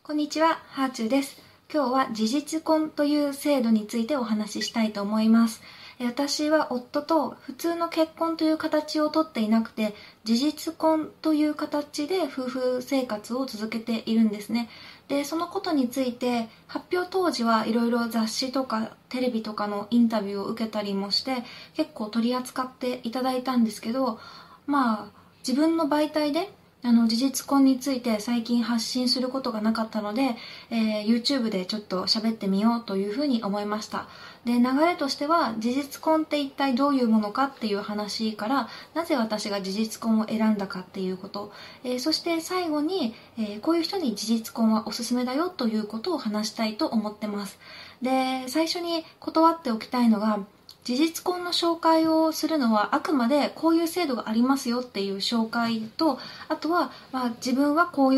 こんにちは、ハーチューです。今日は事実婚という制度についてお話ししたいと思います。私は夫と普通の結婚という形をとっていなくて、事実婚という形で夫婦生活を続けているんですね。で、そのことについて発表当時はいろいろ雑誌とかテレビとかのインタビューを受けたりもして結構取り扱っていただいたんですけど、自分の媒体で事実婚について最近発信することがなかったので、YouTube でちょっと喋ってみようというふうに思いました。で、流れとしては事実婚って一体どういうものかっていう話から、なぜ私が事実婚を選んだかっていうこと、そして最後に、こういう人に事実婚はおすすめだよということを話したいと思ってます。で、最初に断っておきたいのが、事実婚の紹介をするのはあくまでこういう制度がありますよっていう紹介と、あとは、自分はこう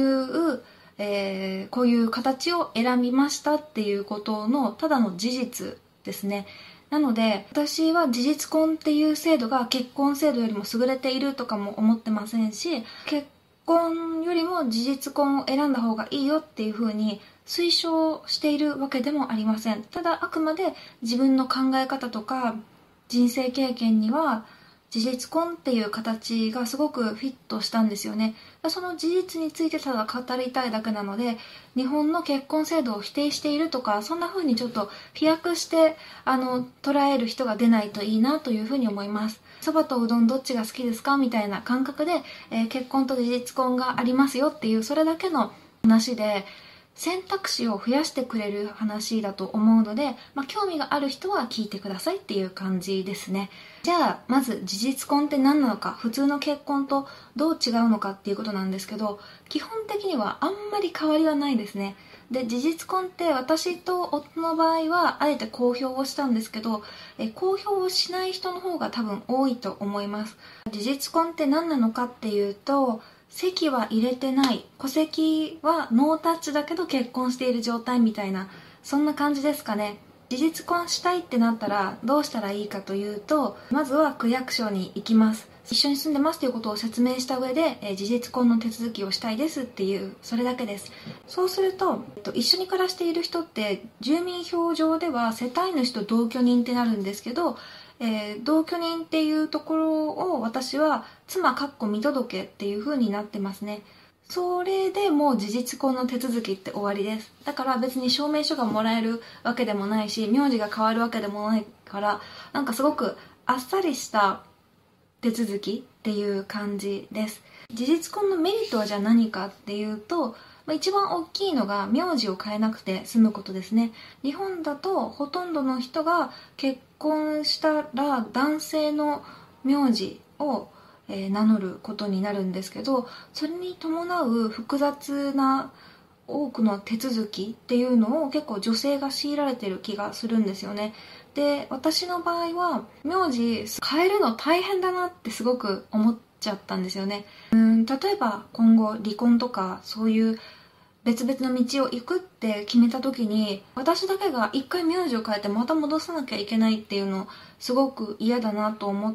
いう形を選びましたっていうことのただの事実ですね。なので私は事実婚っていう制度が結婚制度よりも優れているとかも思ってませんし、結婚よりも事実婚を選んだ方がいいよっていうふうに推奨しているわけでもありません。ただあくまで自分の考え方とか人生経験には事実婚っていう形がすごくフィットしたんですよね。その事実についてただ語りたいだけなので、日本の結婚制度を否定しているとか、そんな風にちょっと飛躍して捉える人が出ないといいなというふうに思います。そばとうどんどっちが好きですかみたいな感覚で、結婚と事実婚がありますよっていうそれだけの話で、選択肢を増やしてくれる話だと思うので、興味がある人は聞いてくださいっていう感じですね。じゃあまず事実婚って何なのか、普通の結婚とどう違うのかっていうことなんですけど、基本的にはあんまり変わりはないですね。で、事実婚って私と夫の場合はあえて公表をしたんですけど、公表をしない人の方が多分多いと思います。事実婚って何なのかっていうと、籍は入れてない、戸籍はノータッチだけど結婚している状態みたいな、そんな感じですかね。事実婚したいってなったらどうしたらいいかというと、まずは区役所に行きます。一緒に住んでますということを説明した上で、事実婚の手続きをしたいですっていう、それだけです。そうすると、一緒に暮らしている人って住民票上では世帯主と同居人ってなるんですけど、同居人っていうところを私は妻見届けっていう風になってますね。それでもう事実婚の手続きって終わりです。だから別に証明書がもらえるわけでもないし、名字が変わるわけでもないから、なんかすごくあっさりした手続きっていう感じです。事実婚のメリットはじゃあ何かっていうと、一番大きいのが名字を変えなくて済むことですね。日本だとほとんどの人が結婚したら男性の名字を名乗ることになるんですけど、それに伴う複雑な多くの手続きっていうのを結構女性が強いられてる気がするんですよね。で、私の場合は名字変えるの大変だなってすごく思っちゃったんですよね。例えば今後離婚とかそういう別々の道を行くって決めた時に、私だけが一回名字を変えてまた戻さなきゃいけないっていうのすごく嫌だなと思って、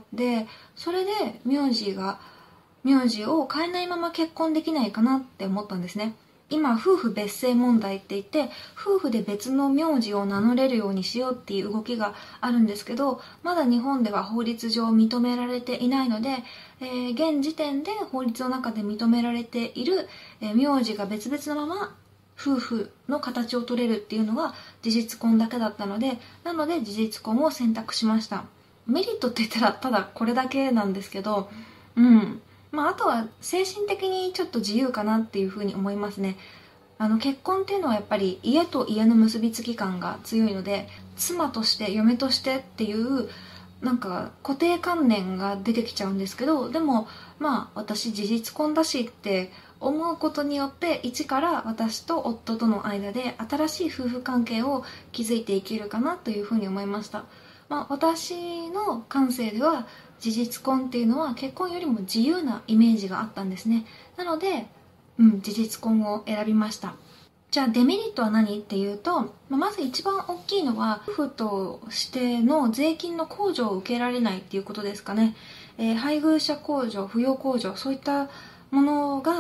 それで名字を変えないまま結婚できないかなって思ったんですね。今夫婦別姓問題って言って、夫婦で別の名字を名乗れるようにしようっていう動きがあるんですけど、まだ日本では法律上認められていないので、現時点で法律の中で認められている、名字が別々のまま夫婦の形を取れるっていうのが事実婚だけだったので、なので事実婚を選択しました。メリットって言ったらただこれだけなんですけど、あとは精神的にちょっと自由かなっていうふうに思いますね。結婚っていうのはやっぱり家と家の結びつき感が強いので、妻として嫁としてっていうなんか固定観念が出てきちゃうんですけど、でも私事実婚だしって思うことによって、一から私と夫との間で新しい夫婦関係を築いていけるかなというふうに思いました。私の感性では事実婚っていうのは結婚よりも自由なイメージがあったんですね。なので、事実婚を選びました。じゃあデメリットは何っていうと、まず一番大きいのは夫婦としての税金の控除を受けられないっていうことですかね。配偶者控除、扶養控除、そういったものが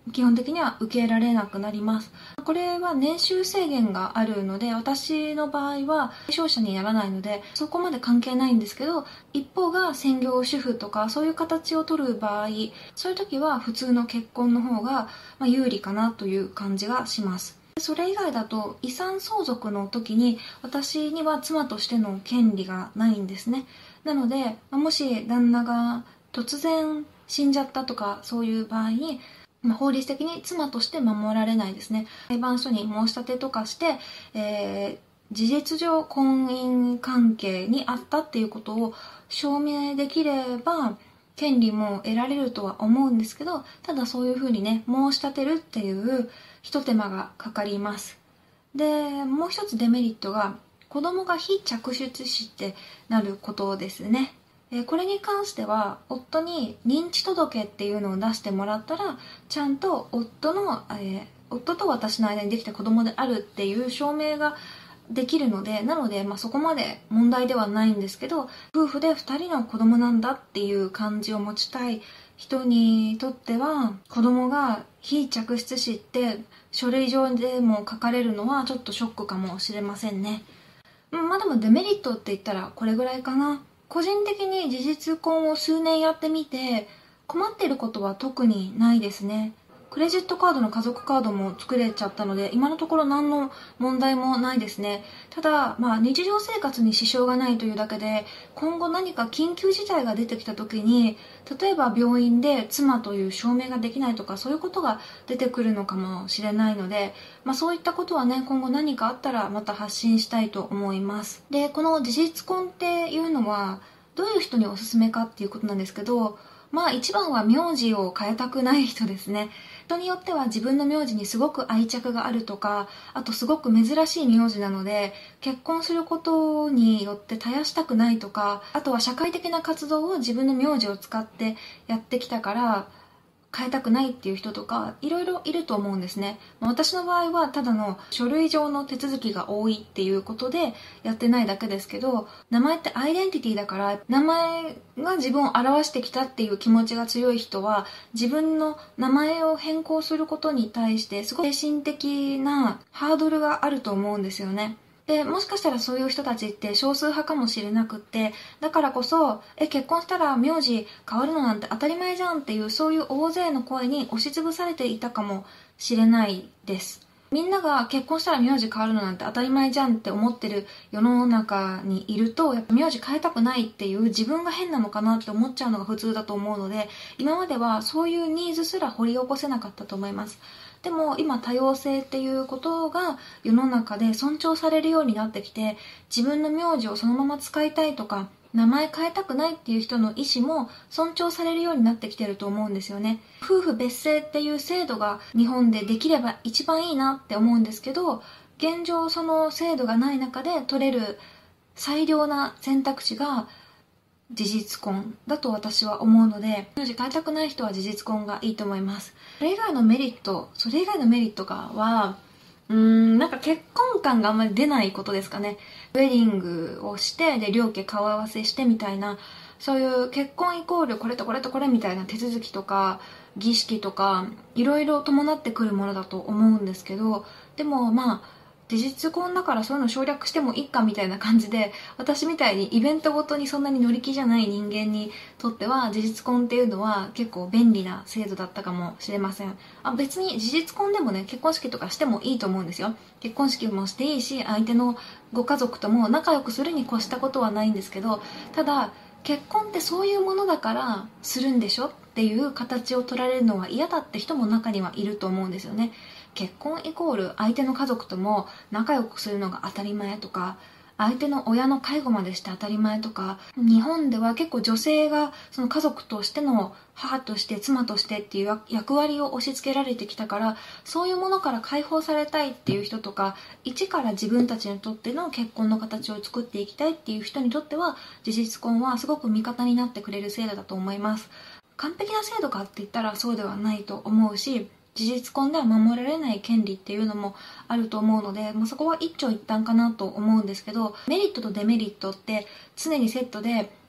基本的には受けられなくなります。これは年収制限があるので、私の場合は対象者にならないのでそこまで関係ないんですけど、一方が専業主婦とかそういう形を取る場合、そういう時は普通の結婚の方が有利かなという感じがします。それ以外だと遺産相続の時に私には妻としての権利がないんですね。なのでもし旦那が突然死んじゃったとかそういう場合に、法律的に妻として守られないですね。裁判所に申し立てとかして、事実上婚姻関係にあったっていうことを証明できれば権利も得られるとは思うんですけど、ただそういうふうにね申し立てるっていう一手間がかかります。でもう一つデメリットが子供が非嫡出子ってなることですね。これに関しては夫に認知届っていうのを出してもらったらちゃんと夫と私の間にできた子供であるっていう証明ができるので、なので、そこまで問題ではないんですけど、夫婦で2人の子供なんだっていう感じを持ちたい人にとっては、子供が非嫡出子って書類上でも書かれるのはちょっとショックかもしれませんね。でもデメリットって言ったらこれぐらいかな。個人的に事実婚を数年やってみて困っていることは特にないですね。クレジットカードの家族カードも作れちゃったので今のところ何の問題もないですね。ただ、日常生活に支障がないというだけで、今後何か緊急事態が出てきた時に例えば病院で妻という証明ができないとかそういうことが出てくるのかもしれないので、そういったことはね今後何かあったらまた発信したいと思います。でこの事実婚っていうのはどういう人におすすめかっていうことなんですけど、一番は名字を変えたくない人ですね。人によっては自分の名字にすごく愛着があるとか、あとすごく珍しい名字なので結婚することによって絶やしたくないとか、あとは社会的な活動を自分の名字を使ってやってきたから変えたくないっていう人とかいろいろいると思うんですね。私の場合はただの書類上の手続きが多いっていうことでやってないだけですけど、名前ってアイデンティティだから名前が自分を表してきたっていう気持ちが強い人は自分の名前を変更することに対してすごい精神的なハードルがあると思うんですよね。でもしかしたらそういう人たちって少数派かもしれなくって、だからこそ結婚したら名字変わるのなんて当たり前じゃんっていうそういう大勢の声に押しつぶされていたかもしれないです。みんなが結婚したら名字変わるのなんて当たり前じゃんって思ってる世の中にいると、やっぱ名字変えたくないっていう自分が変なのかなって思っちゃうのが普通だと思うので、今まではそういうニーズすら掘り起こせなかったと思います。でも今多様性っていうことが世の中で尊重されるようになってきて、自分の名字をそのまま使いたいとか名前変えたくないっていう人の意思も尊重されるようになってきてると思うんですよね。夫婦別姓っていう制度が日本でできれば一番いいなって思うんですけど、現状その制度がない中で取れる最良な選択肢が事実婚だと私は思うので、名字変えたくない人は事実婚がいいと思います。それ以外のメリットかはなんか結婚感があんまり出ないことですかね。ウェディングをしてで両家顔合わせしてみたいな、そういう結婚イコールこれとこれとこれみたいな手続きとか儀式とかいろいろ伴ってくるものだと思うんですけど、でも事実婚だからそういうの省略してもいいかみたいな感じで、私みたいにイベントごとにそんなに乗り気じゃない人間にとっては事実婚っていうのは結構便利な制度だったかもしれません。別に事実婚でもね結婚式とかしてもいいと思うんですよ。結婚式もしていいし相手のご家族とも仲良くするに越したことはないんですけど、ただ結婚ってそういうものだからするんでしょっていう形を取られるのは嫌だって人も中にはいると思うんですよね。結婚イコール相手の家族とも仲良くするのが当たり前とか、相手の親の介護までして当たり前とか、日本では結構女性がその家族としての母として妻としてっていう役割を押し付けられてきたから、そういうものから解放されたいっていう人とか、一から自分たちにとっての結婚の形を作っていきたいっていう人にとっては事実婚はすごく味方になってくれる制度だと思います。完璧な制度かって言ったらそうではないと思うし、事実婚では守られない権利っていうのもあると思うので、そこは一長一短かなと思うんですけど、メリットとデメリットって常にセットで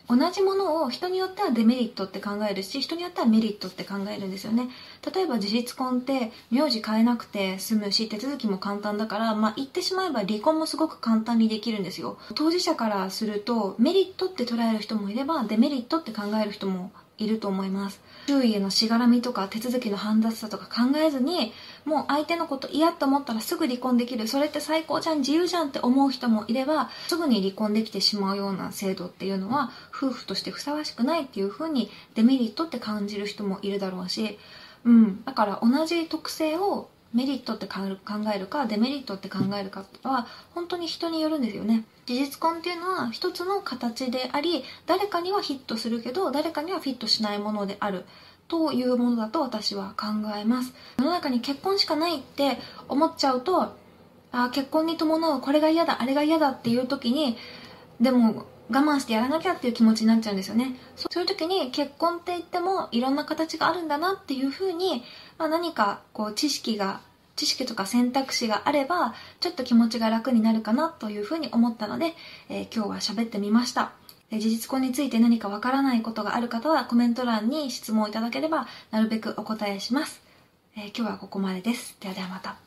同じものを人によってはデメリットって考えるし、人によってはメリットって考えるんですよね。例えば事実婚って名字変えなくて済むし、手続きも簡単だから、言ってしまえば離婚もすごく簡単にできるんですよ。当事者からするとメリットって捉える人もいればデメリットって考える人もいると思います。周囲へのしがらみとか手続きの煩雑さとか考えずに、もう相手のこと嫌と思ったらすぐ離婚できる、それって最高じゃん、自由じゃんって思う人もいれば、すぐに離婚できてしまうような制度っていうのは夫婦としてふさわしくないっていう風にデメリットって感じる人もいるだろうし、だから同じ特性をメリットって考えるかデメリットって考えるかは本当に人によるんですよね。事実婚っていうのは一つの形であり、誰かにはヒットするけど誰かにはフィットしないものであるというものだと私は考えます。世の中に結婚しかないって思っちゃうと、結婚に伴うこれが嫌だあれが嫌だっていう時に、でも我慢してやらなきゃっていう気持ちになっちゃうんですよね。そういう時に結婚って言ってもいろんな形があるんだなっていうふうに、何かこう知識とか選択肢があればちょっと気持ちが楽になるかなというふうに思ったので、今日は喋ってみました。事実婚について何かわからないことがある方はコメント欄に質問いただければなるべくお答えします。今日はここまでです。ではではまた。